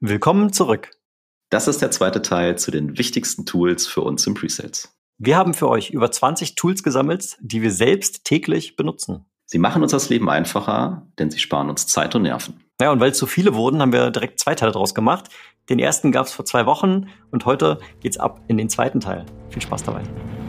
Willkommen zurück. Das ist der zweite Teil zu den wichtigsten Tools für uns im Presales. Wir haben für euch über 20 Tools gesammelt, die wir selbst täglich benutzen. Sie machen uns das Leben einfacher, denn sie sparen uns Zeit und Nerven. Ja, und weil es so viele wurden, haben wir direkt 2 Teile draus gemacht. Den ersten gab es vor 2 Wochen und heute geht's ab in den zweiten Teil. Viel Spaß dabei.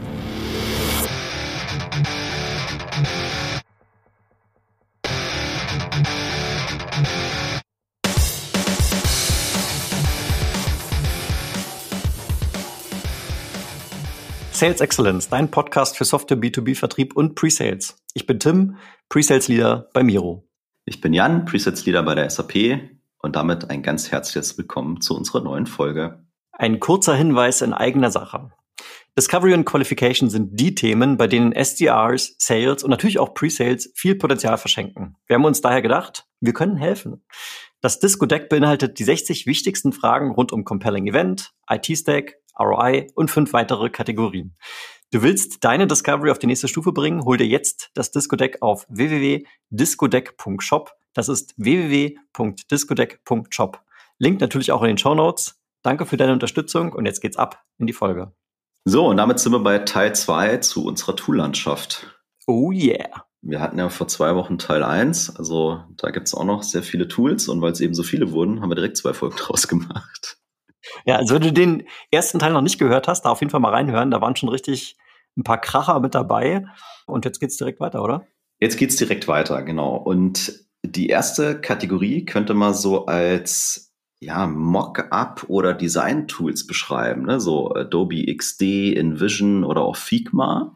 Sales Excellence, dein Podcast für Software B2B-Vertrieb und Presales. Ich bin Tim, Presales Leader bei Miro. Ich bin Jan, Presales Leader bei der SAP und damit ein ganz herzliches Willkommen zu unserer neuen Folge. Ein kurzer Hinweis in eigener Sache. Discovery und Qualification sind die Themen, bei denen SDRs, Sales und natürlich auch Presales viel Potenzial verschenken. Wir haben uns daher gedacht, wir können helfen. Das Disco-Deck beinhaltet die 60 wichtigsten Fragen rund um Compelling Event, IT-Stack, ROI und 5 weitere Kategorien. Du willst deine Discovery auf die nächste Stufe bringen? Hol dir jetzt das Disco-Deck auf www.discodeck.shop. Das ist www.discodeck.shop. Link natürlich auch in den Shownotes. Danke für deine Unterstützung und jetzt geht's ab in die Folge. So, und damit sind wir bei Teil 2 zu unserer Tool-Landschaft. Oh yeah! Wir hatten ja vor 2 Wochen Teil 1, also da gibt es auch noch sehr viele Tools und weil es eben so viele wurden, haben wir direkt 2 Folgen draus gemacht. Ja, also wenn du den ersten Teil noch nicht gehört hast, da auf jeden Fall mal reinhören. Da waren schon richtig ein paar Kracher mit dabei. Und jetzt geht's direkt weiter, oder? Jetzt geht's direkt weiter, genau. Und die erste Kategorie könnte man so als Mock-up oder Design-Tools beschreiben, ne? So Adobe XD, InVision oder auch Figma.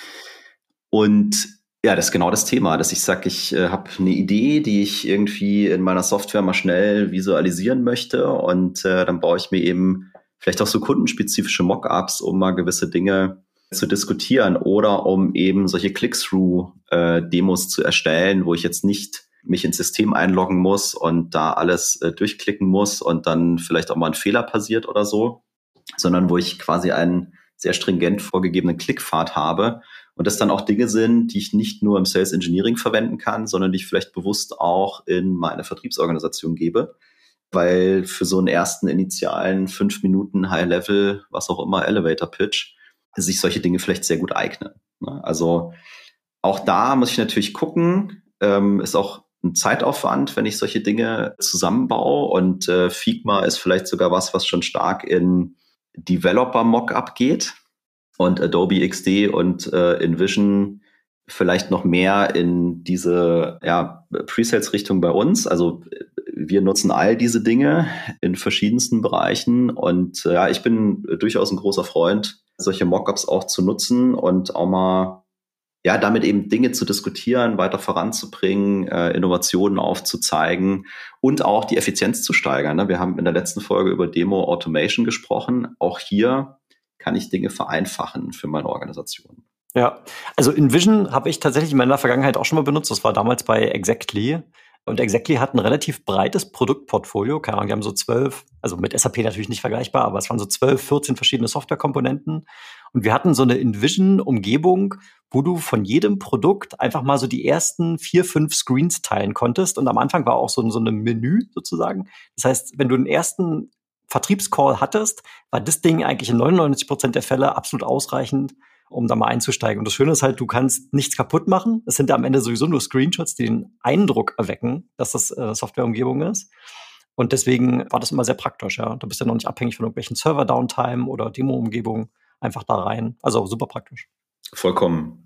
Und ja, das ist genau das Thema, dass ich sage, ich habe eine Idee, die ich irgendwie in meiner Software mal schnell visualisieren möchte und dann baue ich mir eben vielleicht auch so kundenspezifische Mockups, um mal gewisse Dinge zu diskutieren oder um eben solche Click-Through-Demos zu erstellen, wo ich jetzt nicht mich ins System einloggen muss und da alles durchklicken muss und dann vielleicht auch mal ein Fehler passiert oder so, sondern wo ich quasi einen sehr stringent vorgegebenen Klickpfad habe. Und das dann auch Dinge sind, die ich nicht nur im Sales Engineering verwenden kann, sondern die ich vielleicht bewusst auch in meine Vertriebsorganisation gebe. Weil für so einen ersten initialen 5 Minuten High-Level, was auch immer, Elevator-Pitch, sich solche Dinge vielleicht sehr gut eignen. Also auch da muss ich natürlich gucken, ist auch ein Zeitaufwand, wenn ich solche Dinge zusammenbaue. Und Figma ist vielleicht sogar was schon stark in Developer-Mockup geht. Und Adobe XD und InVision vielleicht noch mehr in diese Presales-Richtung bei uns. Also wir nutzen all diese Dinge in verschiedensten Bereichen. Und ich bin durchaus ein großer Freund, solche Mockups auch zu nutzen und auch mal damit eben Dinge zu diskutieren, weiter voranzubringen, Innovationen aufzuzeigen und auch die Effizienz zu steigern. Ne? Wir haben in der letzten Folge über Demo Automation gesprochen. Auch hier kann ich Dinge vereinfachen für meine Organisation. Ja, also InVision habe ich tatsächlich in meiner Vergangenheit auch schon mal benutzt. Das war damals bei Exactly. Und Exactly hat ein relativ breites Produktportfolio. Keine Ahnung, die haben so 12, also mit SAP natürlich nicht vergleichbar, aber es waren so 12, 14 verschiedene Softwarekomponenten. Und wir hatten so eine InVision-Umgebung, wo du von jedem Produkt einfach mal so die ersten 4, 5 Screens teilen konntest. Und am Anfang war auch so ein Menü sozusagen. Das heißt, wenn du den ersten Vertriebscall hattest, war das Ding eigentlich in 99% der Fälle absolut ausreichend, um da mal einzusteigen. Und das Schöne ist halt, du kannst nichts kaputt machen. Es sind ja am Ende sowieso nur Screenshots, die den Eindruck erwecken, dass das Softwareumgebung ist. Und deswegen war das immer sehr praktisch. Ja, du bist ja noch nicht abhängig von irgendwelchen Server-Downtime oder Demo-Umgebungen. Einfach da rein. Also super praktisch. Vollkommen.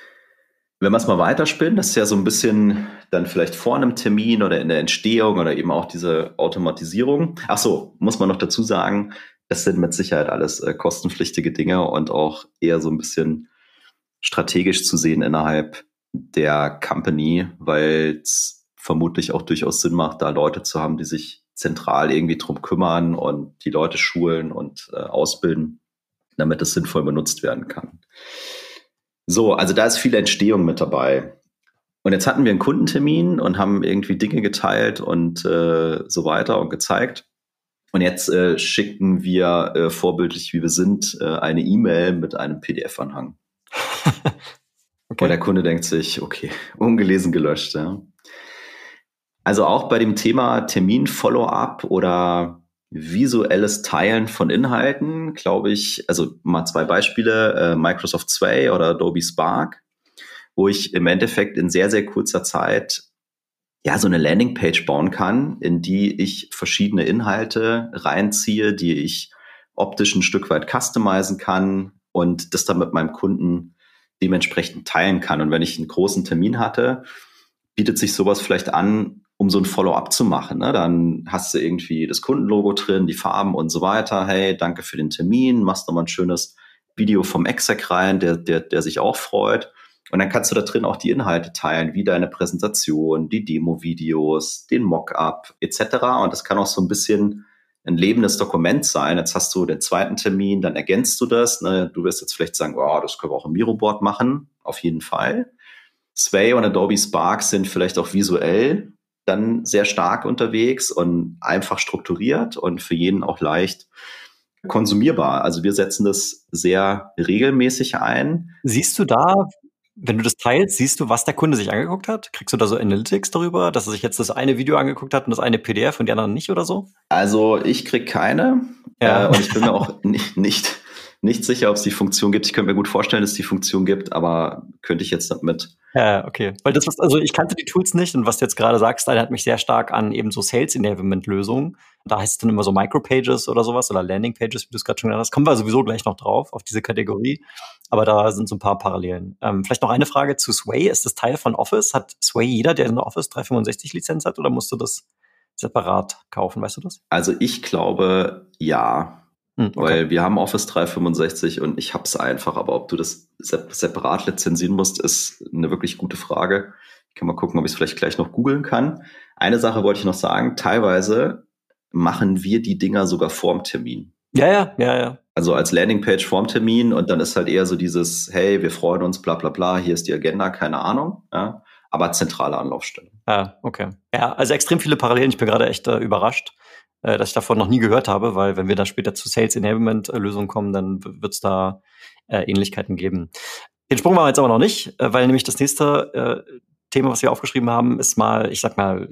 Wenn wir es mal weiterspinnen, das ist ja so ein bisschen dann vielleicht vor einem Termin oder in der Entstehung oder eben auch diese Automatisierung. Ach so, muss man noch dazu sagen, das sind mit Sicherheit alles kostenpflichtige Dinge und auch eher so ein bisschen strategisch zu sehen innerhalb der Company, weil es vermutlich auch durchaus Sinn macht, da Leute zu haben, die sich zentral irgendwie drum kümmern und die Leute schulen und ausbilden, damit es sinnvoll benutzt werden kann. So, also da ist viel Entstehung mit dabei. Und jetzt hatten wir einen Kundentermin und haben irgendwie Dinge geteilt und so weiter und gezeigt. Und jetzt schicken wir, vorbildlich wie wir sind, eine E-Mail mit einem PDF-Anhang. Okay. Und der Kunde denkt sich, okay, ungelesen gelöscht. Ja. Also auch bei dem Thema Termin-Follow-up oder visuelles Teilen von Inhalten, glaube ich, also mal 2 Beispiele, Microsoft Sway oder Adobe Spark, wo ich im Endeffekt in sehr, sehr kurzer Zeit ja so eine Landingpage bauen kann, in die ich verschiedene Inhalte reinziehe, die ich optisch ein Stück weit customizen kann und das dann mit meinem Kunden dementsprechend teilen kann. Und wenn ich einen großen Termin hatte, bietet sich sowas vielleicht an, um so ein Follow-up zu machen. Ne? Dann hast du irgendwie das Kundenlogo drin, die Farben und so weiter. Hey, danke für den Termin. Machst nochmal ein schönes Video vom Exec rein, der sich auch freut. Und dann kannst du da drin auch die Inhalte teilen, wie deine Präsentation, die Demo-Videos, den Mockup etc. Und das kann auch so ein bisschen ein lebendes Dokument sein. Jetzt hast du den zweiten Termin, dann ergänzt du das. Ne? Du wirst jetzt vielleicht sagen, oh, das können wir auch im Miroboard machen. Auf jeden Fall. Sway und Adobe Spark sind vielleicht auch visuell dann sehr stark unterwegs und einfach strukturiert und für jeden auch leicht konsumierbar. Also wir setzen das sehr regelmäßig ein. Siehst du da, wenn du das teilst, siehst du, was der Kunde sich angeguckt hat? Kriegst du da so Analytics darüber, dass er sich jetzt das eine Video angeguckt hat und das eine PDF und die anderen nicht oder so? Also ich kriege keine und ich bin mir auch nicht sicher, ob es die Funktion gibt. Ich könnte mir gut vorstellen, dass es die Funktion gibt, aber könnte ich jetzt damit. Ja, okay. Weil das was, also ich kannte die Tools nicht und was du jetzt gerade sagst, erinnert mich sehr stark an eben so Sales-Enablement-Lösungen. Da heißt es dann immer so Micropages oder sowas oder Landing-Pages, wie du es gerade schon genannt hast. Kommen wir sowieso gleich noch drauf, auf diese Kategorie. Aber da sind so ein paar Parallelen. Vielleicht noch eine Frage zu Sway. Ist das Teil von Office? Hat Sway jeder, der eine Office 365-Lizenz hat oder musst du das separat kaufen? Weißt du das? Also ich glaube, ja. Okay. Weil wir haben Office 365 und ich habe es einfach, aber ob du das separat lizenzieren musst, ist eine wirklich gute Frage. Ich kann mal gucken, ob ich es vielleicht gleich noch googeln kann. Eine Sache wollte ich noch sagen, teilweise machen wir die Dinger sogar vorm Termin. Ja. Also als Landingpage vorm Termin und dann ist halt eher so dieses, hey, wir freuen uns, bla bla bla, hier ist die Agenda, keine Ahnung. Ja, aber zentrale Anlaufstelle. Ja, okay. Ja, also extrem viele Parallelen. Ich bin gerade echt überrascht, dass ich davon noch nie gehört habe, weil wenn wir dann später zu Sales Enablement Lösungen kommen, dann wird es da Ähnlichkeiten geben. Den Sprung machen wir jetzt aber noch nicht, weil nämlich das nächste Thema, was wir aufgeschrieben haben, ist mal, ich sag mal,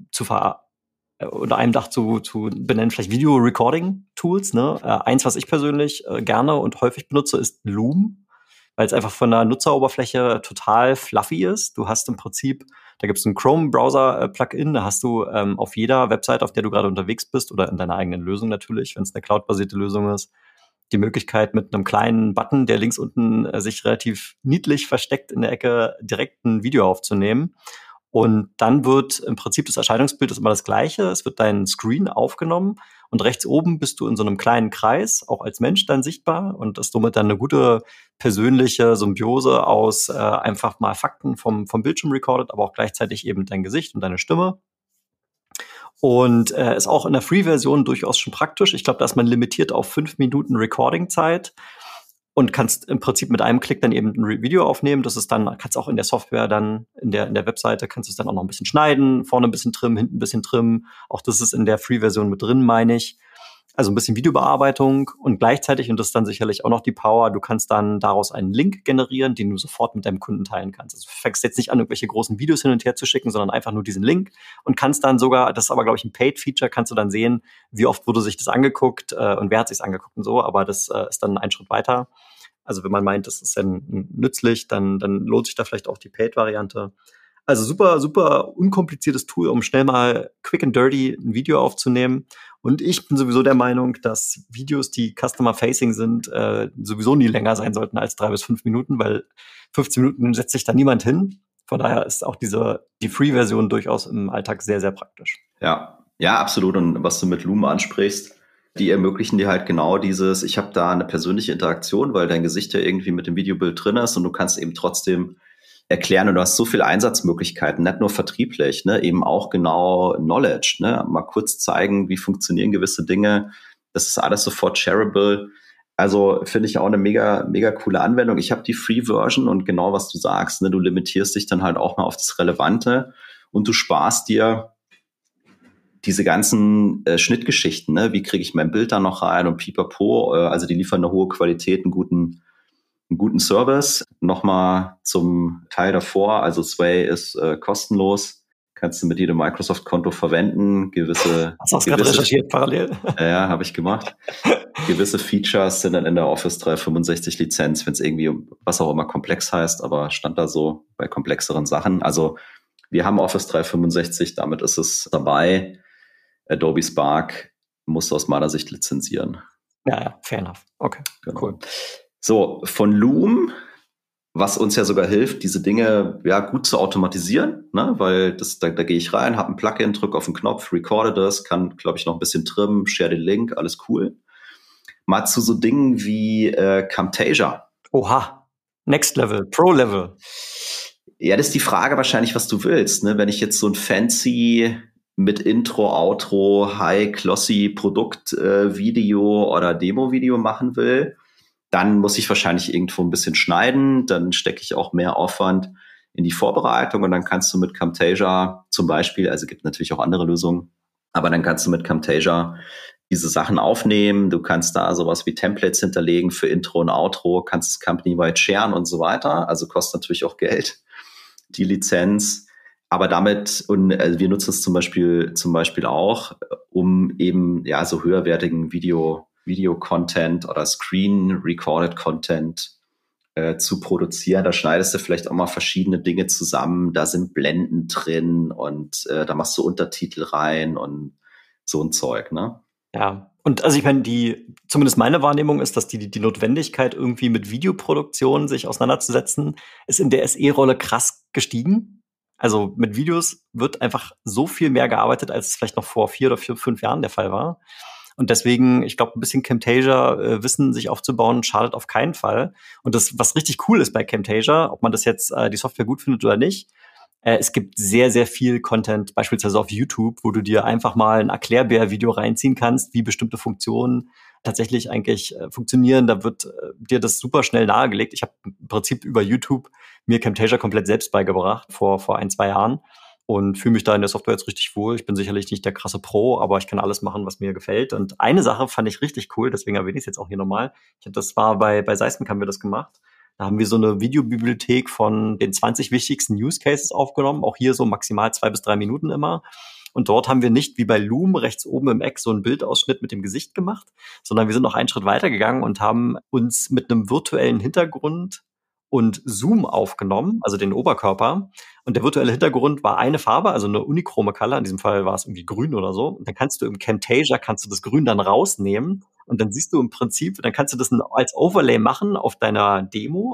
unter einem Dach zu benennen, vielleicht Video-Recording-Tools. Ne? Eins, was ich persönlich gerne und häufig benutze, ist Loom, weil es einfach von der Nutzeroberfläche total fluffy ist. Du hast im Prinzip, da gibt es ein Chrome-Browser-Plugin, da hast du auf jeder Website, auf der du gerade unterwegs bist oder in deiner eigenen Lösung natürlich, wenn es eine cloud-basierte Lösung ist, die Möglichkeit mit einem kleinen Button, der links unten sich relativ niedlich versteckt in der Ecke, direkt ein Video aufzunehmen. Und dann wird im Prinzip das Erscheinungsbild ist immer das gleiche. Es wird dein Screen aufgenommen und rechts oben bist du in so einem kleinen Kreis, auch als Mensch dann sichtbar und das ist somit dann eine gute persönliche Symbiose aus einfach mal Fakten vom Bildschirm recorded, aber auch gleichzeitig eben dein Gesicht und deine Stimme. Und ist auch in der Free-Version durchaus schon praktisch. Ich glaube, da ist man limitiert auf 5 Minuten Recording-Zeit. Und kannst im Prinzip mit einem Klick dann eben ein Video aufnehmen. Das ist dann, kannst auch in der Software dann, in der Webseite, kannst du es dann auch noch ein bisschen schneiden, vorne ein bisschen trimmen, hinten ein bisschen trimmen. Auch das ist in der Free-Version mit drin, meine ich. Also ein bisschen Videobearbeitung und gleichzeitig, und das ist dann sicherlich auch noch die Power, du kannst dann daraus einen Link generieren, den du sofort mit deinem Kunden teilen kannst. Also du fängst jetzt nicht an, irgendwelche großen Videos hin und her zu schicken, sondern einfach nur diesen Link und kannst dann sogar, das ist aber, glaube ich, ein Paid-Feature, kannst du dann sehen, wie oft wurde sich das angeguckt und wer hat sich's angeguckt und so, aber das ist dann ein Schritt weiter. Also wenn man meint, das ist dann nützlich, dann lohnt sich da vielleicht auch die Paid-Variante. Also super, super unkompliziertes Tool, um schnell mal quick and dirty ein Video aufzunehmen. Und ich bin sowieso der Meinung, dass Videos, die Customer-Facing sind, sowieso nie länger sein sollten als 3 bis 5 Minuten, weil 15 Minuten setzt sich da niemand hin. Von daher ist auch die Free-Version durchaus im Alltag sehr, sehr praktisch. Ja, absolut. Und was du mit Loom ansprichst, die ermöglichen dir halt genau dieses, ich habe da eine persönliche Interaktion, weil dein Gesicht ja irgendwie mit dem Videobild drin ist und du kannst eben trotzdem erklären und du hast so viele Einsatzmöglichkeiten, nicht nur vertrieblich, ne, eben auch genau Knowledge, ne, mal kurz zeigen, wie funktionieren gewisse Dinge, das ist alles sofort shareable. Also finde ich auch eine mega, mega coole Anwendung. Ich habe die Free-Version und genau was du sagst, ne, du limitierst dich dann halt auch mal auf das Relevante und du sparst dir diese ganzen Schnittgeschichten, ne, wie kriege ich mein Bild da noch rein und pipapo, also die liefern eine hohe Qualität, einen guten Service. Nochmal zum Teil davor, also Sway ist kostenlos, kannst du mit jedem Microsoft-Konto verwenden. Hast du auch gerade recherchiert parallel? Ja, habe ich gemacht. Gewisse Features sind dann in der Office 365 Lizenz, wenn es irgendwie was auch immer komplex heißt, aber stand da so bei komplexeren Sachen. Also wir haben Office 365, damit ist es dabei. Adobe Spark musst du aus meiner Sicht lizenzieren. Ja, fair enough. Okay, genau. Cool. So, von Loom, was uns ja sogar hilft, diese Dinge ja gut zu automatisieren, ne? Weil da gehe ich rein, habe ein Plugin, drücke auf den Knopf, recorde das, kann, glaube ich, noch ein bisschen trimmen, share den Link, alles cool. Mal zu so Dingen wie Camtasia. Oha, Next Level, Pro Level. Ja, das ist die Frage wahrscheinlich, was du willst. Ne? Wenn ich jetzt so ein fancy mit Intro, Outro, High-Glossy Produkt-Video oder Demo-Video machen will, dann muss ich wahrscheinlich irgendwo ein bisschen schneiden. Dann stecke ich auch mehr Aufwand in die Vorbereitung und dann kannst du mit Camtasia zum Beispiel, also gibt natürlich auch andere Lösungen, aber dann kannst du mit Camtasia diese Sachen aufnehmen. Du kannst da sowas wie Templates hinterlegen für Intro und Outro, kannst es company-wide sharen und so weiter. Also kostet natürlich auch Geld, die Lizenz. Aber damit, und wir nutzen es zum Beispiel auch, um eben ja so höherwertigen Video-Content oder Screen-Recorded Content zu produzieren. Da schneidest du vielleicht auch mal verschiedene Dinge zusammen. Da sind Blenden drin und da machst du Untertitel rein und so ein Zeug, ne? Ja, und also ich meine, zumindest meine Wahrnehmung ist, dass die Notwendigkeit, irgendwie mit Videoproduktion sich auseinanderzusetzen, ist in der SE-Rolle krass gestiegen. Also mit Videos wird einfach so viel mehr gearbeitet, als es vielleicht noch vor 4 oder 5 Jahren der Fall war. Und deswegen, ich glaube, ein bisschen Camtasia Wissen sich aufzubauen, schadet auf keinen Fall. Und das, was richtig cool ist bei Camtasia, ob man das jetzt die Software gut findet oder nicht, es gibt sehr, sehr viel Content, beispielsweise auf YouTube, wo du dir einfach mal ein Erklärbär-Video reinziehen kannst, wie bestimmte Funktionen tatsächlich eigentlich funktionieren. Da wird dir das super schnell nahegelegt. Ich habe im Prinzip über YouTube mir Camtasia komplett selbst beigebracht, vor 1-2 Jahren. Und fühle mich da in der Software jetzt richtig wohl. Ich bin sicherlich nicht der krasse Pro, aber ich kann alles machen, was mir gefällt. Und eine Sache fand ich richtig cool, deswegen erwähne ich es jetzt auch hier nochmal. Das war bei Seismic haben wir das gemacht. Da haben wir so eine Videobibliothek von den 20 wichtigsten Use Cases aufgenommen. Auch hier so maximal 2 bis 3 Minuten immer. Und dort haben wir nicht wie bei Loom rechts oben im Eck so einen Bildausschnitt mit dem Gesicht gemacht, sondern wir sind noch einen Schritt weiter gegangen und haben uns mit einem virtuellen Hintergrund und Zoom aufgenommen, also den Oberkörper. Und der virtuelle Hintergrund war eine Farbe, also eine unichrome Color. In diesem Fall war es irgendwie grün oder so. Und dann kannst du im Camtasia das Grün dann rausnehmen. Und dann siehst du im Prinzip, dann kannst du das als Overlay machen auf deiner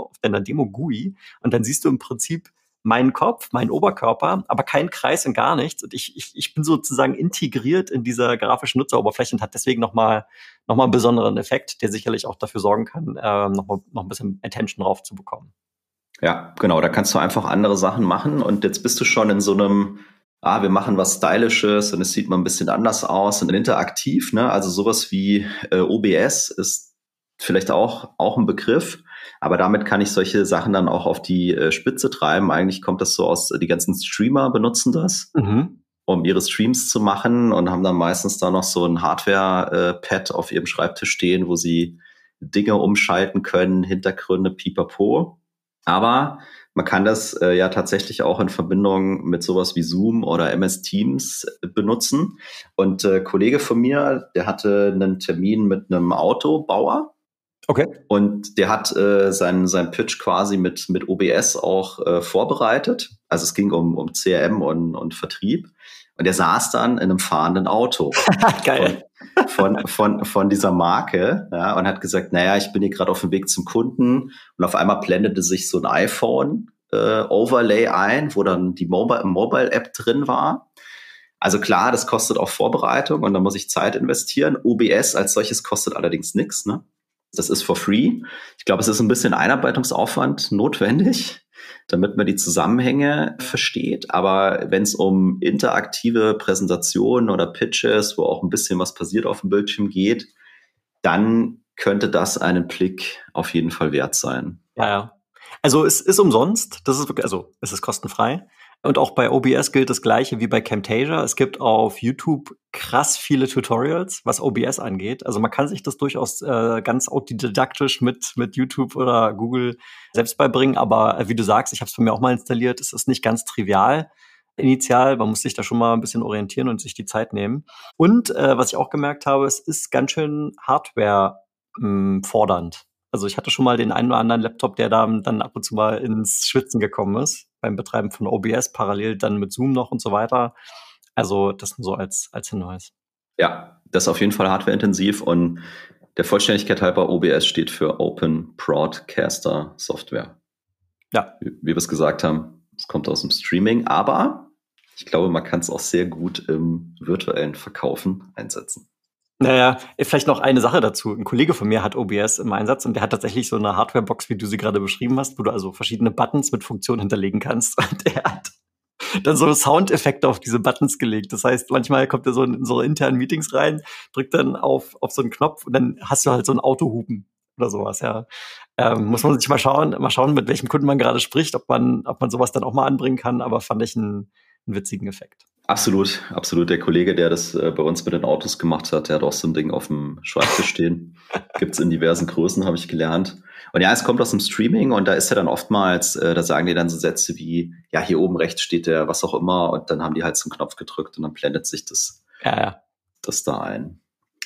Demo-GUI. Und dann siehst du im Prinzip meinen Kopf, meinen Oberkörper, aber kein Kreis und gar nichts. Und ich bin sozusagen integriert in dieser grafischen Nutzeroberfläche und hat deswegen noch mal einen besonderen Effekt, der sicherlich auch dafür sorgen kann, noch ein bisschen Attention drauf zu bekommen. Ja, genau. Da kannst du einfach andere Sachen machen. Und jetzt bist du schon in so einem, wir machen was Stylisches und es sieht mal ein bisschen anders aus und interaktiv, ne? Also sowas wie OBS ist vielleicht auch ein Begriff. Aber damit kann ich solche Sachen dann auch auf die Spitze treiben. Eigentlich kommt das so aus, die ganzen Streamer benutzen das, um ihre Streams zu machen und haben dann meistens da noch so ein Hardware-Pad auf ihrem Schreibtisch stehen, wo sie Dinge umschalten können, Hintergründe, pipapo. Aber man kann das ja tatsächlich auch in Verbindung mit sowas wie Zoom oder MS Teams benutzen. Und Kollege von mir, der hatte einen Termin mit einem Autobauer. Okay. Und der hat sein Pitch quasi mit OBS auch vorbereitet. Also es ging um CRM und Vertrieb. Und er saß dann in einem fahrenden Auto. Geil. Von dieser Marke, ja, und hat gesagt, naja, ich bin hier gerade auf dem Weg zum Kunden. Und auf einmal blendete sich so ein iPhone Overlay ein, wo dann die Mobile-App drin war. Also klar, das kostet auch Vorbereitung und da muss ich Zeit investieren. OBS als solches kostet allerdings nichts, ne? Das ist for free. Ich glaube, es ist ein bisschen Einarbeitungsaufwand notwendig, damit man die Zusammenhänge versteht. Aber wenn es um interaktive Präsentationen oder Pitches, wo auch ein bisschen was passiert auf dem Bildschirm geht, dann könnte das einen Blick auf jeden Fall wert sein. Ja. Also es ist umsonst. Das ist wirklich, also es ist kostenfrei. Und auch bei OBS gilt das Gleiche wie bei Camtasia. Es gibt auf YouTube krass viele Tutorials, was OBS angeht. Also man kann sich das durchaus ganz autodidaktisch mit YouTube oder Google selbst beibringen. Aber wie du sagst, ich habe es bei mir auch mal installiert. Es ist nicht ganz trivial. initial. Man muss sich da schon mal ein bisschen orientieren und sich die Zeit nehmen. Und was ich auch gemerkt habe, es ist ganz schön Hardware fordernd. Also ich hatte schon mal den einen oder anderen Laptop, der da dann ab und zu mal ins Schwitzen gekommen ist, beim Betreiben von OBS, parallel dann mit Zoom noch und so weiter. Also das nur so als Hinweis. Ja, das ist auf jeden Fall hardwareintensiv und der Vollständigkeit halber, OBS steht für Open Broadcaster Software. Ja. Wie wir es gesagt haben, es kommt aus dem Streaming, aber ich glaube, man kann es auch sehr gut im virtuellen Verkaufen einsetzen. Naja, vielleicht noch eine Sache dazu. Ein Kollege von mir hat OBS im Einsatz und der hat tatsächlich so eine Hardware-Box, wie du sie gerade beschrieben hast, wo du also verschiedene Buttons mit Funktionen hinterlegen kannst. Und der hat dann so Soundeffekte auf diese Buttons gelegt. Das heißt, manchmal kommt er so in so internen Meetings rein, drückt dann auf so einen Knopf und dann hast du halt so ein Autohupen oder sowas, ja. Muss man sich mal schauen, mit welchem Kunden man gerade spricht, ob man sowas dann auch mal anbringen kann, aber fand ich einen witzigen Effekt. Absolut, absolut. Der Kollege, der das bei uns mit den Autos gemacht hat, der hat auch so ein Ding auf dem Schreibtisch stehen. Gibt's in diversen Größen, habe ich gelernt. Und ja, es kommt aus dem Streaming und da ist ja dann oftmals, da sagen die dann so Sätze wie, ja, hier oben rechts steht der, was auch immer, und dann haben die halt so einen Knopf gedrückt und dann blendet sich das da ein.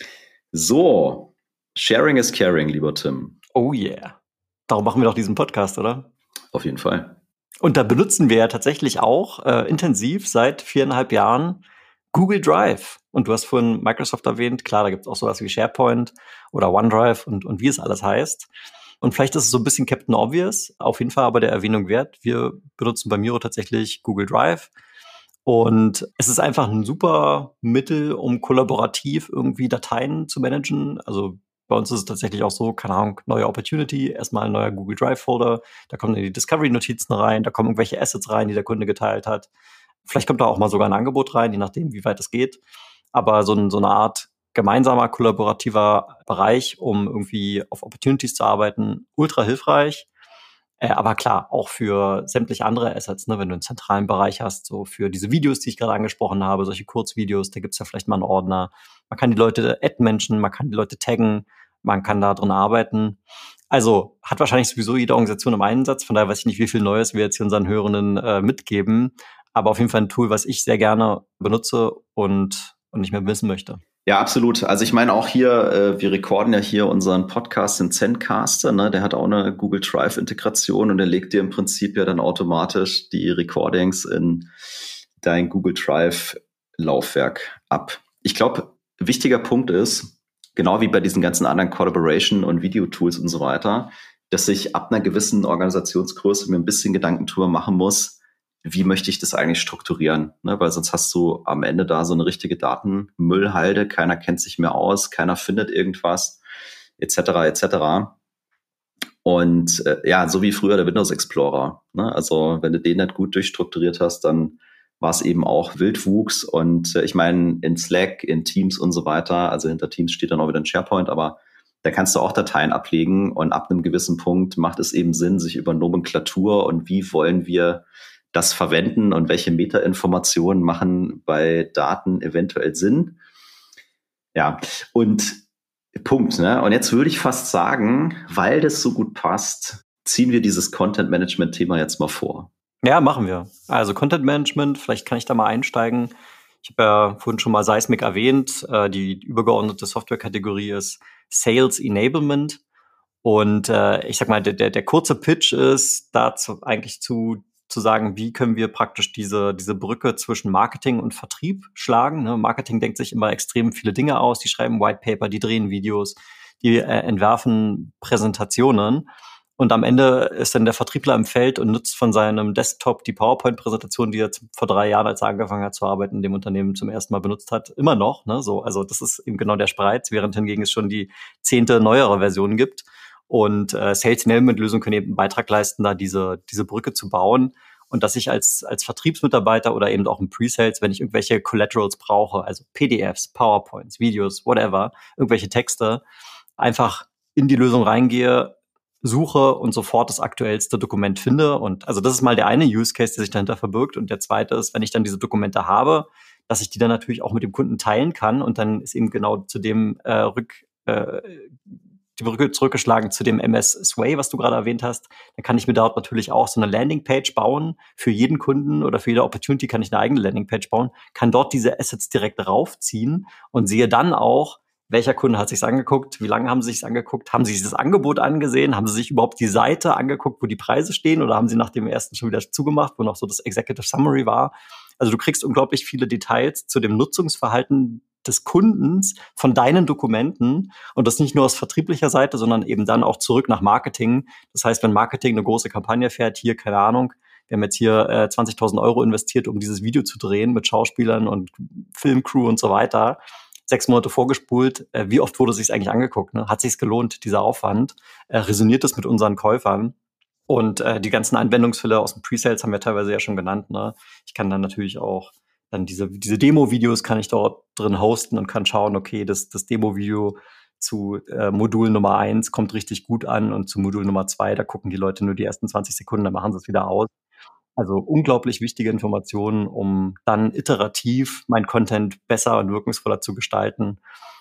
So, Sharing is caring, lieber Tim. Oh yeah. Darum machen wir doch diesen Podcast, oder? Auf jeden Fall. Und da benutzen wir ja tatsächlich auch intensiv seit 4,5 Jahren Google Drive. Und du hast vorhin Microsoft erwähnt. Klar, da gibt es auch sowas wie SharePoint oder OneDrive und wie es alles heißt. Und vielleicht ist es so ein bisschen Captain Obvious, auf jeden Fall aber der Erwähnung wert. Wir benutzen bei Miro tatsächlich Google Drive. Und es ist einfach ein super Mittel, um kollaborativ irgendwie Dateien zu managen. Also bei uns ist es tatsächlich auch so, keine Ahnung, neue Opportunity, erstmal ein neuer Google Drive-Folder, da kommen dann die Discovery-Notizen rein, da kommen irgendwelche Assets rein, die der Kunde geteilt hat. Vielleicht kommt da auch mal sogar ein Angebot rein, je nachdem, wie weit es geht. Aber so eine Art gemeinsamer, kollaborativer Bereich, um irgendwie auf Opportunities zu arbeiten, ultra hilfreich. Aber klar, auch für sämtliche andere Assets, ne, wenn du einen zentralen Bereich hast, so für diese Videos, die ich gerade angesprochen habe, solche Kurzvideos, da gibt's ja vielleicht mal einen Ordner. Man kann die Leute admenschen, man kann die Leute taggen, man kann da drin arbeiten. Also hat wahrscheinlich sowieso jede Organisation im Einsatz, von daher weiß ich nicht, wie viel Neues wir jetzt hier unseren Hörenden mitgeben. Aber auf jeden Fall ein Tool, was ich sehr gerne benutze und nicht mehr missen möchte. Ja, absolut. Also ich meine auch hier, wir recorden ja hier unseren Podcast in Zencaster, ne? Der hat auch eine Google Drive-Integration und der legt dir im Prinzip ja dann automatisch die Recordings in dein Google Drive-Laufwerk ab. Ich glaube, wichtiger Punkt ist, genau wie bei diesen ganzen anderen Collaboration- und Video-Tools und so weiter, dass ich ab einer gewissen Organisationsgröße mir ein bisschen Gedanken drüber machen muss, wie möchte ich das eigentlich strukturieren? Ne? Weil sonst hast du am Ende da so eine richtige Datenmüllhalde, keiner kennt sich mehr aus, keiner findet irgendwas, etc., etc. Und ja, so wie früher der Windows Explorer. Ne? Also wenn du den nicht gut durchstrukturiert hast, dann war es eben auch Wildwuchs. Und ich meine, in Slack, in Teams und so weiter, also hinter Teams steht dann auch wieder ein SharePoint, aber da kannst du auch Dateien ablegen und ab einem gewissen Punkt macht es eben Sinn, sich über Nomenklatur und wie wollen wir das verwenden und welche Metainformationen machen bei Daten eventuell Sinn. Ja, und Punkt. Ne? Und jetzt würde ich fast sagen, weil das so gut passt, ziehen wir dieses Content-Management-Thema jetzt mal vor. Ja, machen wir. Also Content-Management, vielleicht kann ich da mal einsteigen. Ich habe ja vorhin schon mal Seismic erwähnt. Die übergeordnete Software-Kategorie ist Sales Enablement. Und ich sag mal, der kurze Pitch ist dazu eigentlich zu sagen, wie können wir praktisch diese Brücke zwischen Marketing und Vertrieb schlagen. Ne? Marketing denkt sich immer extrem viele Dinge aus. Die schreiben White Paper, die drehen Videos, die entwerfen Präsentationen. Und am Ende ist dann der Vertriebler im Feld und nutzt von seinem Desktop die PowerPoint-Präsentation, die er vor 3 Jahren, als er angefangen hat zu arbeiten, in dem Unternehmen zum ersten Mal benutzt hat, immer noch. Ne? So, also das ist eben genau der Spreiz, während hingegen es schon die 10. neuere Version gibt. Und Sales Enablement-Lösungen können eben einen Beitrag leisten, da diese Brücke zu bauen. Und dass ich als Vertriebsmitarbeiter oder eben auch im Pre-Sales, wenn ich irgendwelche Collaterals brauche, also PDFs, PowerPoints, Videos, whatever, irgendwelche Texte, einfach in die Lösung reingehe, suche und sofort das aktuellste Dokument finde. Und also das ist mal der eine Use Case, der sich dahinter verbirgt. Und der zweite ist, wenn ich dann diese Dokumente habe, dass ich die dann natürlich auch mit dem Kunden teilen kann. Und dann ist eben genau zu dem die Brücke zurückgeschlagen zu dem MS Sway, was du gerade erwähnt hast. Dann kann ich mir dort natürlich auch so eine Landingpage bauen. Für jeden Kunden oder für jede Opportunity kann ich eine eigene Landingpage bauen, kann dort diese Assets direkt raufziehen und sehe dann auch, welcher Kunde hat sich's angeguckt, wie lange haben sie sich's angeguckt, haben sie sich das Angebot angesehen, haben sie sich überhaupt die Seite angeguckt, wo die Preise stehen, oder haben sie nach dem ersten schon wieder zugemacht, wo noch so das Executive Summary war. Also du kriegst unglaublich viele Details zu dem Nutzungsverhalten des Kundens von deinen Dokumenten, und das nicht nur aus vertrieblicher Seite, sondern eben dann auch zurück nach Marketing. Das heißt, wenn Marketing eine große Kampagne fährt, hier, keine Ahnung, wir haben jetzt hier 20.000 Euro investiert, um dieses Video zu drehen mit Schauspielern und Filmcrew und so weiter, 6 Monate vorgespult, wie oft wurde es sich eigentlich angeguckt? Ne? Hat sich's gelohnt, dieser Aufwand? Resoniert es mit unseren Käufern? Und die ganzen Anwendungsfälle aus dem Presales haben wir teilweise ja schon genannt. Ne? Ich kann dann natürlich auch dann diese Demo-Videos kann ich dort drin hosten und kann schauen, okay, das Demo-Video zu Modul Nummer 1 kommt richtig gut an, und zu Modul Nummer 2, da gucken die Leute nur die ersten 20 Sekunden, dann machen sie es wieder aus. Also unglaublich wichtige Informationen, um dann iterativ mein Content besser und wirkungsvoller zu gestalten.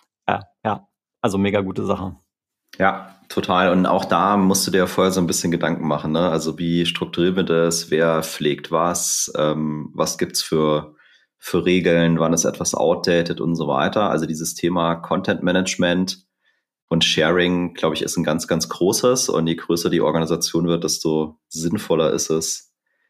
Ja, also mega gute Sache. Ja, total. Und auch da musst du dir vorher so ein bisschen Gedanken machen, ne? Also wie strukturieren wir das? Wer pflegt was? Was gibt's für Regeln? Wann ist etwas outdated und so weiter? Also dieses Thema Content Management und Sharing, glaube ich, ist ein ganz, ganz großes. Und je größer die Organisation wird, desto sinnvoller ist es,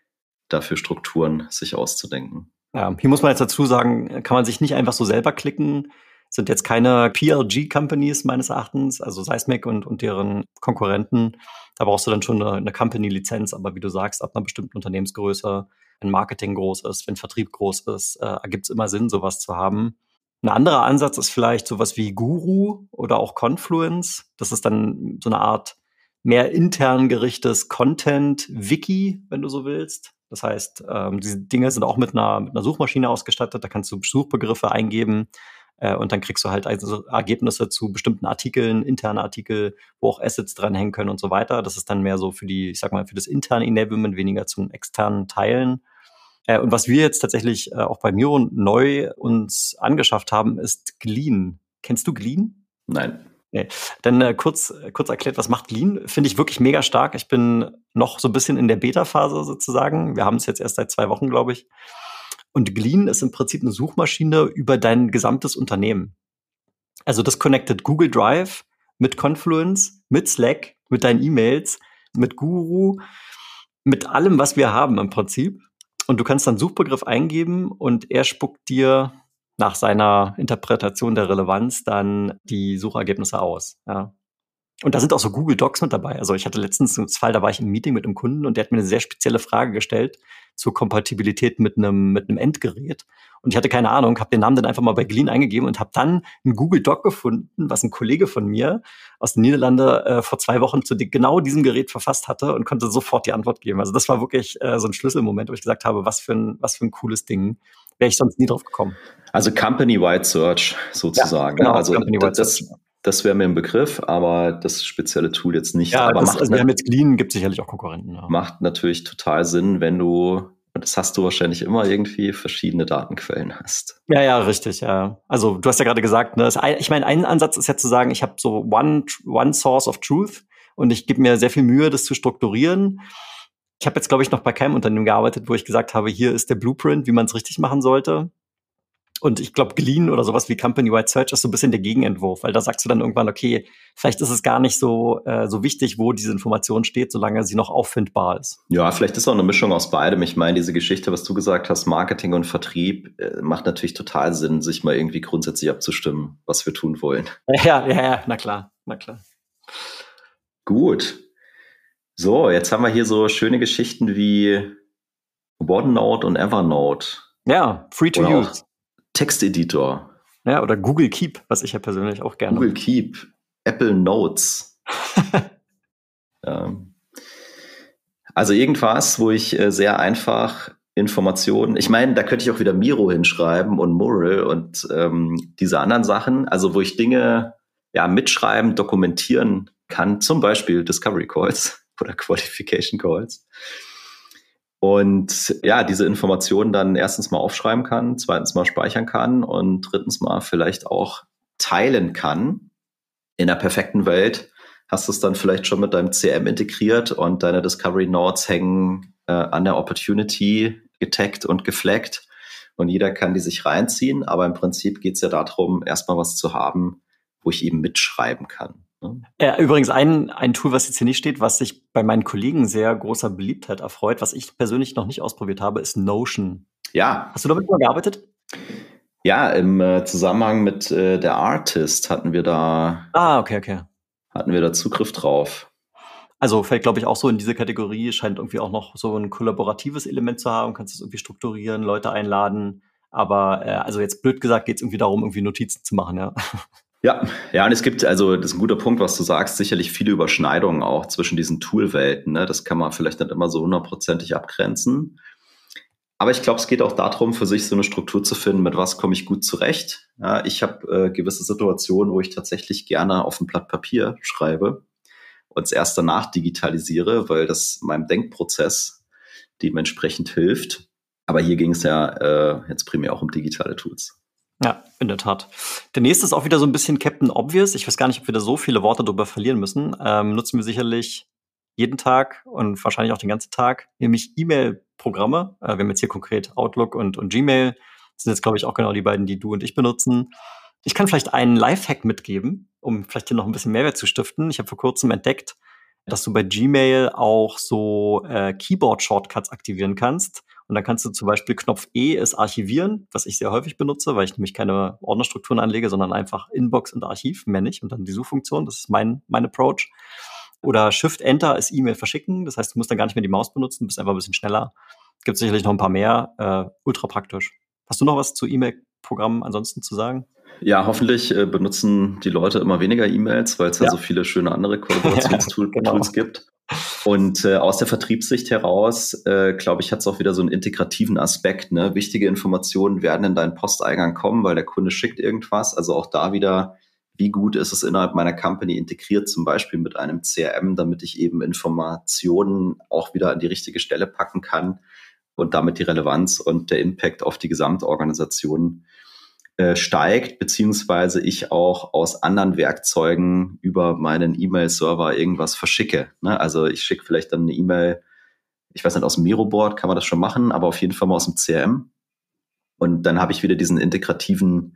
dafür Strukturen sich auszudenken. Ja, hier muss man jetzt dazu sagen, kann man sich nicht einfach so selber klicken. Sind jetzt keine PLG-Companies meines Erachtens, also Seismic und deren Konkurrenten. Da brauchst du dann schon eine Company-Lizenz. Aber wie du sagst, ab einer bestimmten Unternehmensgröße, wenn Marketing groß ist, wenn Vertrieb groß ist, ergibt es immer Sinn, sowas zu haben. Ein anderer Ansatz ist vielleicht sowas wie Guru oder auch Confluence. Das ist dann so eine Art mehr intern gerichtetes Content-Wiki, wenn du so willst. Das heißt, diese Dinge sind auch mit einer Suchmaschine ausgestattet. Da kannst du Suchbegriffe eingeben und dann kriegst du halt also Ergebnisse zu bestimmten Artikeln, interne Artikel, wo auch Assets dranhängen können und so weiter. Das ist dann mehr so für für das interne Enablement, weniger zum externen Teilen. Und was wir jetzt tatsächlich auch bei Miro neu uns angeschafft haben, ist Glean. Kennst du Glean? Nein. Nee. Dann kurz erklärt, was macht Glean? Finde ich wirklich mega stark. Ich bin noch so ein bisschen in der Beta-Phase sozusagen. Wir haben es jetzt erst seit 2 Wochen, glaube ich. Und Glean ist im Prinzip eine Suchmaschine über dein gesamtes Unternehmen. Also das connectet Google Drive mit Confluence, mit Slack, mit deinen E-Mails, mit Guru, mit allem, was wir haben im Prinzip. Und du kannst dann Suchbegriff eingeben und er spuckt dir nach seiner Interpretation der Relevanz dann die Suchergebnisse aus. Ja. Und da sind auch so Google Docs mit dabei. Also ich hatte letztens einen Fall, da war ich im Meeting mit einem Kunden und der hat mir eine sehr spezielle Frage gestellt zur Kompatibilität mit einem Endgerät. Und ich hatte keine Ahnung, habe den Namen dann einfach mal bei Glean eingegeben und habe dann einen Google Doc gefunden, was ein Kollege von mir aus den Niederlanden vor 2 Wochen zu genau diesem Gerät verfasst hatte und konnte sofort die Antwort geben. Also das war wirklich so ein Schlüsselmoment, wo ich gesagt habe, was für ein cooles Ding. Wäre ich sonst nie drauf gekommen. Also Company-Wide Search sozusagen. Ja, genau, also Company-Wide Search. Das wäre mir ein Begriff, aber das spezielle Tool jetzt nicht. Ja, aber wir haben jetzt Glean, gibt sicherlich auch Konkurrenten. Ja. Macht natürlich total Sinn, wenn du, und das hast du wahrscheinlich immer, irgendwie verschiedene Datenquellen hast. Ja, richtig, ja. Also du hast ja gerade gesagt, ne, ich meine, ein Ansatz ist ja zu sagen, ich habe so one source of truth und ich gebe mir sehr viel Mühe, das zu strukturieren. Ich habe jetzt, glaube ich, noch bei keinem Unternehmen gearbeitet, wo ich gesagt habe, hier ist der Blueprint, wie man es richtig machen sollte. Und ich glaube, Glean oder sowas wie Company-Wide Search ist so ein bisschen der Gegenentwurf, weil da sagst du dann irgendwann, okay, vielleicht ist es gar nicht so wichtig, wo diese Information steht, solange sie noch auffindbar ist. Ja, vielleicht ist auch eine Mischung aus beidem. Ich meine, diese Geschichte, was du gesagt hast, Marketing und Vertrieb, macht natürlich total Sinn, sich mal irgendwie grundsätzlich abzustimmen, was wir tun wollen. Ja, na klar. Gut. So, jetzt haben wir hier so schöne Geschichten wie OneNote und Evernote. Ja, free to use. Texteditor. Ja, oder Google Keep, was ich ja persönlich auch gerne. Google Keep, Apple Notes. Ja. Also irgendwas, wo ich sehr einfach Informationen, ich meine, da könnte ich auch wieder Miro hinschreiben und Mural und diese anderen Sachen, also wo ich Dinge mitschreiben, dokumentieren kann, zum Beispiel Discovery Calls oder Qualification Calls. Und ja, diese Informationen dann erstens mal aufschreiben kann, zweitens mal speichern kann und drittens mal vielleicht auch teilen kann in der perfekten Welt hast du es dann vielleicht schon mit deinem CRM integriert und deine Discovery Notes hängen an der Opportunity getaggt und geflaggt und jeder kann die sich reinziehen. Aber im Prinzip geht es ja darum, erstmal was zu haben, wo ich eben mitschreiben kann. Ne? Übrigens ein Tool, was jetzt hier nicht steht, was sich bei meinen Kollegen sehr großer Beliebtheit erfreut, was ich persönlich noch nicht ausprobiert habe, ist Notion. Ja. Hast du damit mal gearbeitet? Ja, im Zusammenhang mit der Artist hatten wir da Zugriff drauf. Also fällt, glaube ich, auch so in diese Kategorie, scheint irgendwie auch noch so ein kollaboratives Element zu haben, kannst es irgendwie strukturieren, Leute einladen. Aber also jetzt blöd gesagt, geht es irgendwie darum, irgendwie Notizen zu machen, ja. Ja, und es gibt, also das ist ein guter Punkt, was du sagst, sicherlich viele Überschneidungen auch zwischen diesen Toolwelten. Ne? Das kann man vielleicht nicht immer so 100%ig abgrenzen. Aber ich glaube, es geht auch darum, für sich so eine Struktur zu finden, mit was komme ich gut zurecht. Ja, ich habe gewisse Situationen, wo ich tatsächlich gerne auf ein Blatt Papier schreibe und es erst danach digitalisiere, weil das meinem Denkprozess dementsprechend hilft. Aber hier ging es ja jetzt primär auch um digitale Tools. Ja, in der Tat. Der nächste ist auch wieder so ein bisschen Captain Obvious. Ich weiß gar nicht, ob wir da so viele Worte drüber verlieren müssen. Nutzen wir sicherlich jeden Tag und wahrscheinlich auch den ganzen Tag, nämlich E-Mail-Programme. Wir haben jetzt hier konkret Outlook und Gmail. Das sind jetzt, glaube ich, auch genau die beiden, die du und ich benutzen. Ich kann vielleicht einen Lifehack mitgeben, um vielleicht hier noch ein bisschen Mehrwert zu stiften. Ich habe vor kurzem entdeckt, dass du bei Gmail auch so Keyboard-Shortcuts aktivieren kannst. Und dann kannst du zum Beispiel Knopf E ist Archivieren, was ich sehr häufig benutze, weil ich nämlich keine Ordnerstrukturen anlege, sondern einfach Inbox und Archiv, mehr nicht. Und dann die Suchfunktion, das ist mein Approach. Oder Shift-Enter ist E-Mail verschicken. Das heißt, du musst dann gar nicht mehr die Maus benutzen, bist einfach ein bisschen schneller. Gibt sicherlich noch ein paar mehr. Ultra praktisch. Hast du noch was zu E-Mail-Programmen ansonsten zu sagen? Ja, hoffentlich benutzen die Leute immer weniger E-Mails, weil es ja so viele schöne andere Kollaborationstools gibt. Und aus der Vertriebssicht heraus, glaube ich, hat es auch wieder so einen integrativen Aspekt. Ne? Wichtige Informationen werden in deinen Posteingang kommen, weil der Kunde schickt irgendwas. Also auch da wieder, wie gut ist es innerhalb meiner Company integriert, zum Beispiel mit einem CRM, damit ich eben Informationen auch wieder an die richtige Stelle packen kann und damit die Relevanz und der Impact auf die Gesamtorganisation steigt, beziehungsweise ich auch aus anderen Werkzeugen über meinen E-Mail-Server irgendwas verschicke. Ne? Also ich schicke vielleicht dann eine E-Mail, ich weiß nicht, aus dem Miroboard kann man das schon machen, aber auf jeden Fall mal aus dem CRM. Und dann habe ich wieder diesen integrativen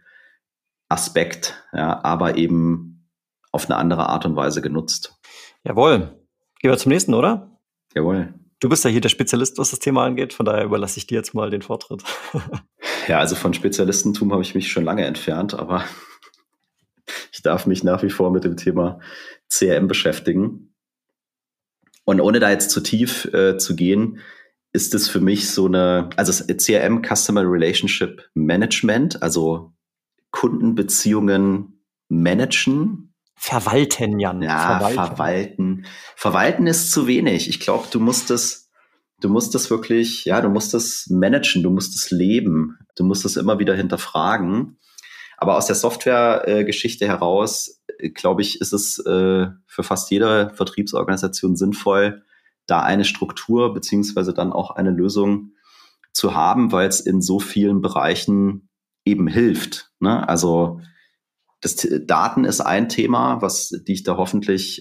Aspekt, ja, aber eben auf eine andere Art und Weise genutzt. Jawohl. Gehen wir zum nächsten, oder? Jawohl. Du bist ja hier der Spezialist, was das Thema angeht, von daher überlasse ich dir jetzt mal den Vortritt. Ja, also von Spezialistentum habe ich mich schon lange entfernt, aber ich darf mich nach wie vor mit dem Thema CRM beschäftigen. Und ohne da jetzt zu tief zu gehen, ist es für mich so eine, also CRM, Customer Relationship Management, also Kundenbeziehungen managen. Verwalten, Jan. Ja, verwalten. Verwalten ist zu wenig. Ich glaube, du musst es wirklich, ja, du musst es managen, du musst es leben, du musst es immer wieder hinterfragen. Aber aus der Software-Geschichte heraus, glaube ich, ist es für fast jede Vertriebsorganisation sinnvoll, da eine Struktur beziehungsweise dann auch eine Lösung zu haben, weil es in so vielen Bereichen eben hilft. Ne? Also Daten ist ein Thema, die ich da hoffentlich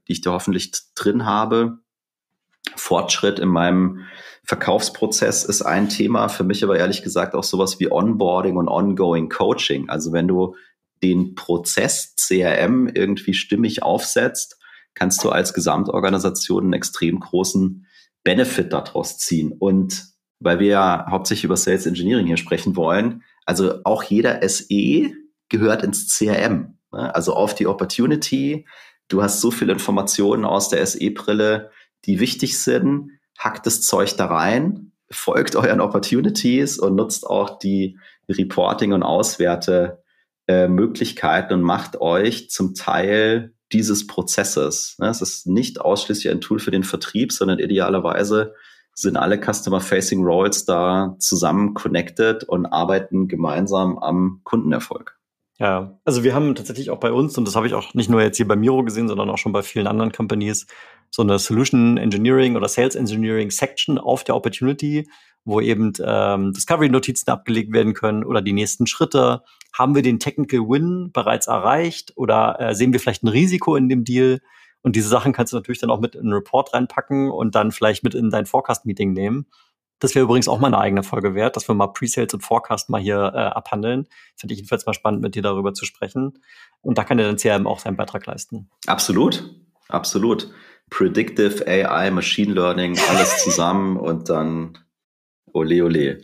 drin habe. Fortschritt in meinem Verkaufsprozess ist ein Thema, für mich aber ehrlich gesagt auch sowas wie Onboarding und Ongoing Coaching. Also wenn du den Prozess CRM irgendwie stimmig aufsetzt, kannst du als Gesamtorganisation einen extrem großen Benefit daraus ziehen. Und weil wir ja hauptsächlich über Sales Engineering hier sprechen wollen, also auch jeder SE gehört ins CRM. Also auf die Opportunity. Du hast so viele Informationen aus der SE-Brille, die wichtig sind. Hackt das Zeug da rein, folgt euren Opportunities und nutzt auch die Reporting- und Auswerte-Möglichkeiten und macht euch zum Teil dieses Prozesses. Es ist nicht ausschließlich ein Tool für den Vertrieb, sondern idealerweise sind alle Customer-Facing Roles da zusammen connected und arbeiten gemeinsam am Kundenerfolg. Ja, also wir haben tatsächlich auch bei uns, und das habe ich auch nicht nur jetzt hier bei Miro gesehen, sondern auch schon bei vielen anderen Companies, so eine Solution Engineering oder Sales Engineering Section auf der Opportunity, wo eben Discovery-Notizen abgelegt werden können oder die nächsten Schritte. Haben wir den Technical Win bereits erreicht oder sehen wir vielleicht ein Risiko in dem Deal? Und diese Sachen kannst du natürlich dann auch mit in einen Report reinpacken und dann vielleicht mit in dein Forecast-Meeting nehmen. Das wäre übrigens auch mal eine eigene Folge wert, dass wir mal Pre-Sales und Forecast mal hier abhandeln. Finde ich jedenfalls mal spannend, mit dir darüber zu sprechen. Und da kann ja dann CRM auch seinen Beitrag leisten. Absolut, absolut. Predictive AI, Machine Learning, alles zusammen und dann ole ole.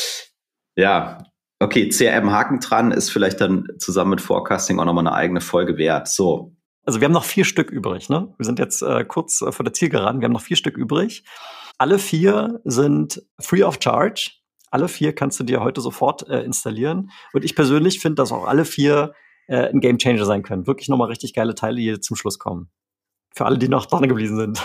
Ja, okay, CRM Haken dran ist vielleicht dann zusammen mit Forecasting auch nochmal eine eigene Folge wert. So. Also wir haben noch 4 Stück übrig, ne? Wir sind jetzt kurz vor der Zielgeraden. Wir haben noch 4 Stück übrig. Alle 4 sind free of charge. Alle 4 kannst du dir heute sofort installieren. Und ich persönlich finde, dass auch alle 4 ein Game Changer sein können. Wirklich nochmal richtig geile Teile, die hier zum Schluss kommen. Für alle, die noch dran geblieben sind.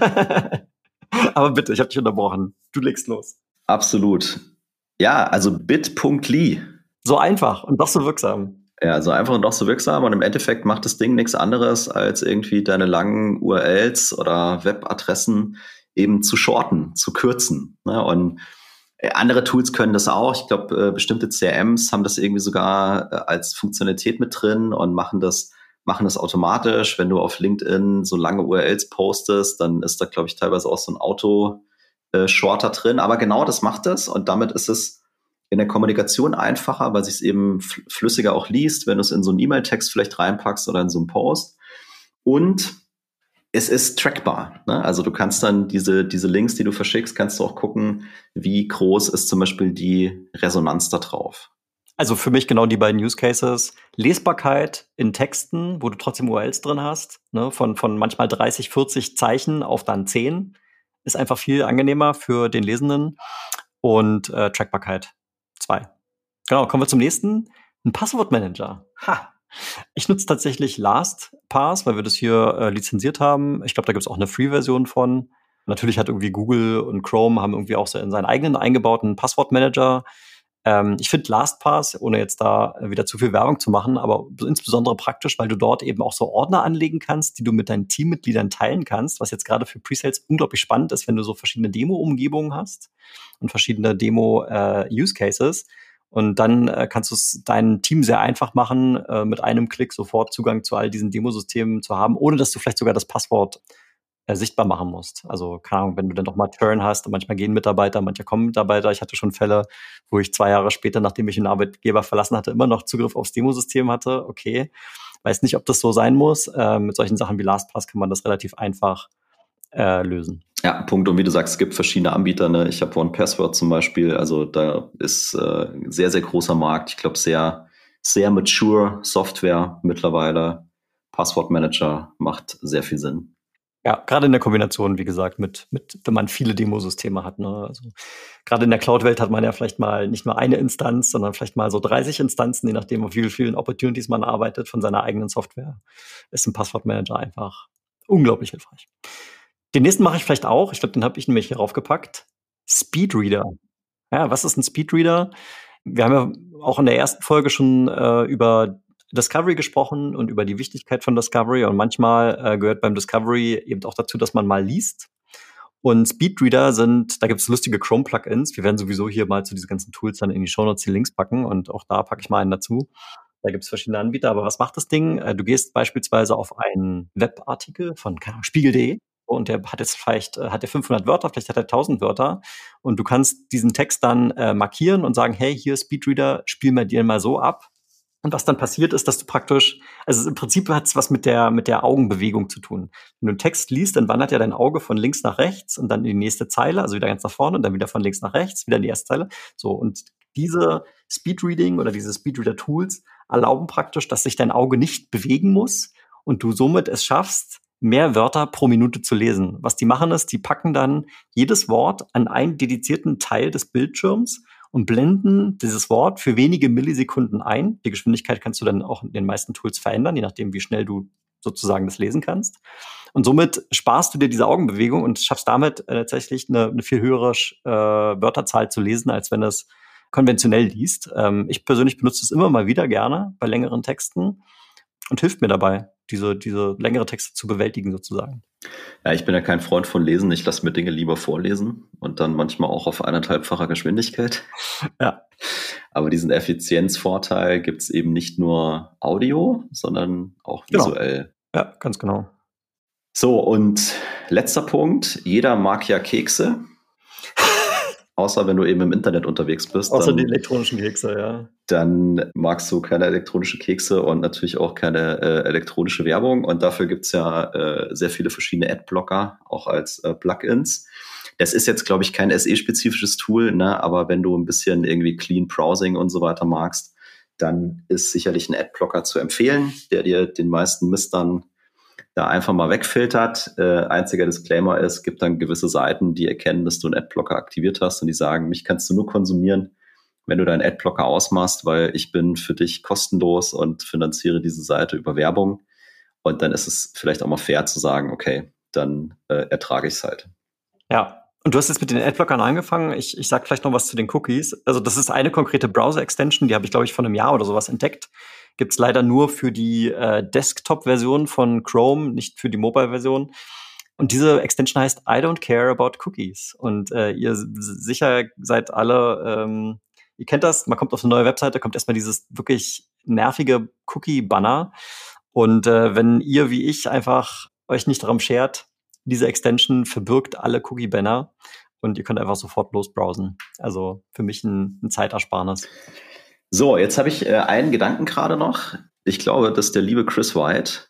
Aber bitte, ich habe dich unterbrochen. Du legst los. Absolut. Ja, also bit.ly. So einfach und doch so wirksam. Ja, so einfach und doch so wirksam. Und im Endeffekt macht das Ding nichts anderes, als irgendwie deine langen URLs oder Webadressen eben zu shorten, zu kürzen. Ne? Und andere Tools können das auch. Ich glaube, bestimmte CRMs haben das irgendwie sogar als Funktionalität mit drin und machen das automatisch. Wenn du auf LinkedIn so lange URLs postest, dann ist da, glaube ich, teilweise auch so ein Auto-Shorter drin. Aber genau das macht es und damit ist es in der Kommunikation einfacher, weil sich es eben flüssiger auch liest, wenn du es in so einen E-Mail-Text vielleicht reinpackst oder in so einen Post. Und es ist trackbar. Ne? Also du kannst dann diese Links, die du verschickst, kannst du auch gucken, wie groß ist zum Beispiel die Resonanz da drauf. Also für mich genau die beiden Use Cases. Lesbarkeit in Texten, wo du trotzdem URLs drin hast, ne? Von manchmal 30, 40 Zeichen auf dann 10. Ist einfach viel angenehmer für den Lesenden. Und Trackbarkeit 2. Genau, kommen wir zum nächsten. Ein Passwortmanager. Ich nutze tatsächlich LastPass, weil wir das hier lizenziert haben. Ich glaube, da gibt es auch eine Free-Version von. Natürlich hat irgendwie Google und Chrome haben irgendwie auch so in seinen eigenen eingebauten Passwortmanager. Ich finde LastPass, ohne jetzt da wieder zu viel Werbung zu machen, aber insbesondere praktisch, weil du dort eben auch so Ordner anlegen kannst, die du mit deinen Teammitgliedern teilen kannst, was jetzt gerade für Presales unglaublich spannend ist, wenn du so verschiedene Demo-Umgebungen hast und verschiedene Demo-Use-Cases. Und dann kannst du es deinem Team sehr einfach machen, mit einem Klick sofort Zugang zu all diesen Demosystemen zu haben, ohne dass du vielleicht sogar das Passwort sichtbar machen musst. Also, keine Ahnung, wenn du dann doch mal Turn hast und manchmal gehen Mitarbeiter, manchmal kommen Mitarbeiter. Ich hatte schon Fälle, wo ich 2 Jahre später, nachdem ich einen Arbeitgeber verlassen hatte, immer noch Zugriff aufs Demosystem hatte. Okay, weiß nicht, ob das so sein muss. Mit solchen Sachen wie LastPass kann man das relativ einfach lösen. Ja, Punkt. Und wie du sagst, es gibt verschiedene Anbieter. Ne? Ich habe OnePassword zum Beispiel. Also da ist sehr, sehr großer Markt. Ich glaube, sehr, sehr mature Software mittlerweile. Passwortmanager macht sehr viel Sinn. Ja, gerade in der Kombination, wie gesagt, mit wenn man viele Demosysteme hat. Ne? Also gerade in der Cloud-Welt hat man ja vielleicht mal nicht nur eine Instanz, sondern vielleicht mal so 30 Instanzen, je nachdem, auf wie vielen Opportunities man arbeitet von seiner eigenen Software. Ist ein Passwortmanager einfach unglaublich hilfreich. Den nächsten mache ich vielleicht auch. Ich glaube, den habe ich nämlich hier raufgepackt. Speedreader. Ja, was ist ein Speedreader? Wir haben ja auch in der ersten Folge schon über Discovery gesprochen und über die Wichtigkeit von Discovery. Und manchmal gehört beim Discovery eben auch dazu, dass man mal liest. Und Speedreader da gibt es lustige Chrome-Plugins. Wir werden sowieso hier mal zu diesen ganzen Tools dann in die Shownotes die Links packen. Und auch da packe ich mal einen dazu. Da gibt es verschiedene Anbieter. Aber was macht das Ding? Du gehst beispielsweise auf einen Webartikel von Spiegel.de. Und der hat jetzt vielleicht hat der 500 Wörter, vielleicht hat er 1000 Wörter. Und du kannst diesen Text dann markieren und sagen, hey, hier Speedreader, spiel mir dir mal so ab. Und was dann passiert ist, dass du praktisch, also im Prinzip hat es was mit der Augenbewegung zu tun. Wenn du einen Text liest, dann wandert ja dein Auge von links nach rechts und dann in die nächste Zeile, also wieder ganz nach vorne und dann wieder von links nach rechts, wieder in die erste Zeile. So, und diese Speedreading oder diese Speedreader-Tools erlauben praktisch, dass sich dein Auge nicht bewegen muss und du somit es schaffst, mehr Wörter pro Minute zu lesen. Was die machen ist, die packen dann jedes Wort an einen dedizierten Teil des Bildschirms und blenden dieses Wort für wenige Millisekunden ein. Die Geschwindigkeit kannst du dann auch in den meisten Tools verändern, je nachdem, wie schnell du sozusagen das lesen kannst. Und somit sparst du dir diese Augenbewegung und schaffst damit tatsächlich eine viel höhere Wörterzahl zu lesen, als wenn es konventionell liest. Ich persönlich benutze es immer mal wieder gerne bei längeren Texten und hilft mir dabei, diese längere Texte zu bewältigen sozusagen. Ja, ich bin ja kein Freund von Lesen. Ich lasse mir Dinge lieber vorlesen und dann manchmal auch auf 1,5-facher Geschwindigkeit. Ja. Aber diesen Effizienzvorteil gibt es eben nicht nur Audio, sondern auch visuell. Genau. Ja, ganz genau. So, und letzter Punkt. Jeder mag ja Kekse. Außer wenn du eben im Internet unterwegs bist. Außer die elektronischen Kekse, ja. Dann magst du keine elektronischen Kekse und natürlich auch keine elektronische Werbung. Und dafür gibt's ja sehr viele verschiedene Adblocker, auch als Plugins. Das ist jetzt, glaube ich, kein SE-spezifisches Tool, ne? Aber wenn du ein bisschen irgendwie Clean Browsing und so weiter magst, dann ist sicherlich ein Adblocker zu empfehlen, der dir den meisten Mist dann da einfach mal wegfiltert. Einziger Disclaimer ist, gibt dann gewisse Seiten, die erkennen, dass du einen Adblocker aktiviert hast und die sagen, mich kannst du nur konsumieren, wenn du deinen Adblocker ausmachst, weil ich bin für dich kostenlos und finanziere diese Seite über Werbung. Und dann ist es vielleicht auch mal fair zu sagen, okay, dann ertrage ich es halt. Ja. Und du hast jetzt mit den Adblockern angefangen. Ich sag vielleicht noch was zu den Cookies. Also das ist eine konkrete Browser-Extension, die habe ich, glaube ich, vor einem Jahr oder sowas entdeckt. Gibt's leider nur für die Desktop-Version von Chrome, nicht für die Mobile-Version. Und diese Extension heißt I don't care about cookies. Und ihr sicher seid alle, ihr kennt das, man kommt auf eine neue Webseite, kommt erstmal dieses wirklich nervige Cookie-Banner. Und wenn ihr wie ich einfach euch nicht darum schert, diese Extension verbirgt alle Cookie-Banner und ihr könnt einfach sofort losbrowsen. Also für mich ein Zeitersparnis. So, jetzt habe ich einen Gedanken gerade noch. Ich glaube, dass der liebe Chris White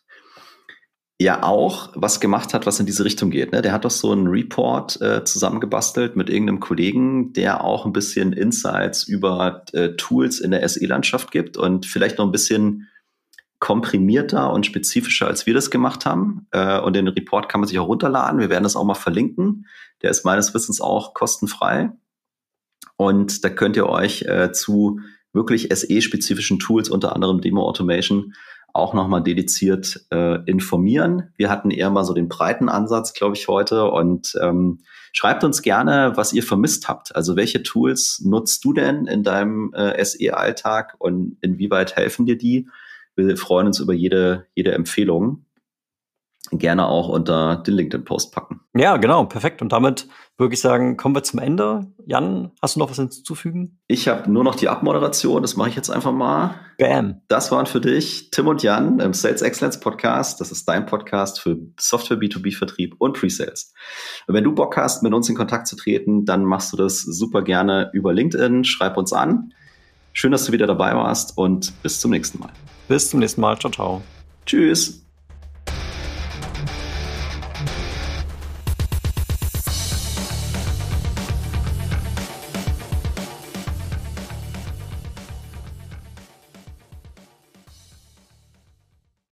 ja auch was gemacht hat, was in diese Richtung geht. Ne? Der hat doch so einen Report zusammengebastelt mit irgendeinem Kollegen, der auch ein bisschen Insights über Tools in der SE-Landschaft gibt und vielleicht noch ein bisschen komprimierter und spezifischer, als wir das gemacht haben. Und den Report kann man sich auch runterladen. Wir werden das auch mal verlinken. Der ist meines Wissens auch kostenfrei. Und da könnt ihr euch zu wirklich SE-spezifischen Tools, unter anderem Demo Automation, auch nochmal dediziert informieren. Wir hatten eher mal so den breiten Ansatz, glaube ich, heute. Und schreibt uns gerne, was ihr vermisst habt. Also welche Tools nutzt du denn in deinem SE-Alltag und inwieweit helfen dir die? Wir freuen uns über jede Empfehlung. Gerne auch unter den LinkedIn-Post packen. Ja, genau, perfekt. Und damit würde ich sagen, kommen wir zum Ende. Jan, hast du noch was hinzuzufügen? Ich habe nur noch die Abmoderation, das mache ich jetzt einfach mal. Bam. Das waren für dich Tim und Jan im Sales Excellence Podcast. Das ist dein Podcast für Software B2B-Vertrieb und Pre-Sales. Und wenn du Bock hast, mit uns in Kontakt zu treten, dann machst du das super gerne über LinkedIn. Schreib uns an. Schön, dass du wieder dabei warst und bis zum nächsten Mal. Bis zum nächsten Mal. Ciao, ciao. Tschüss.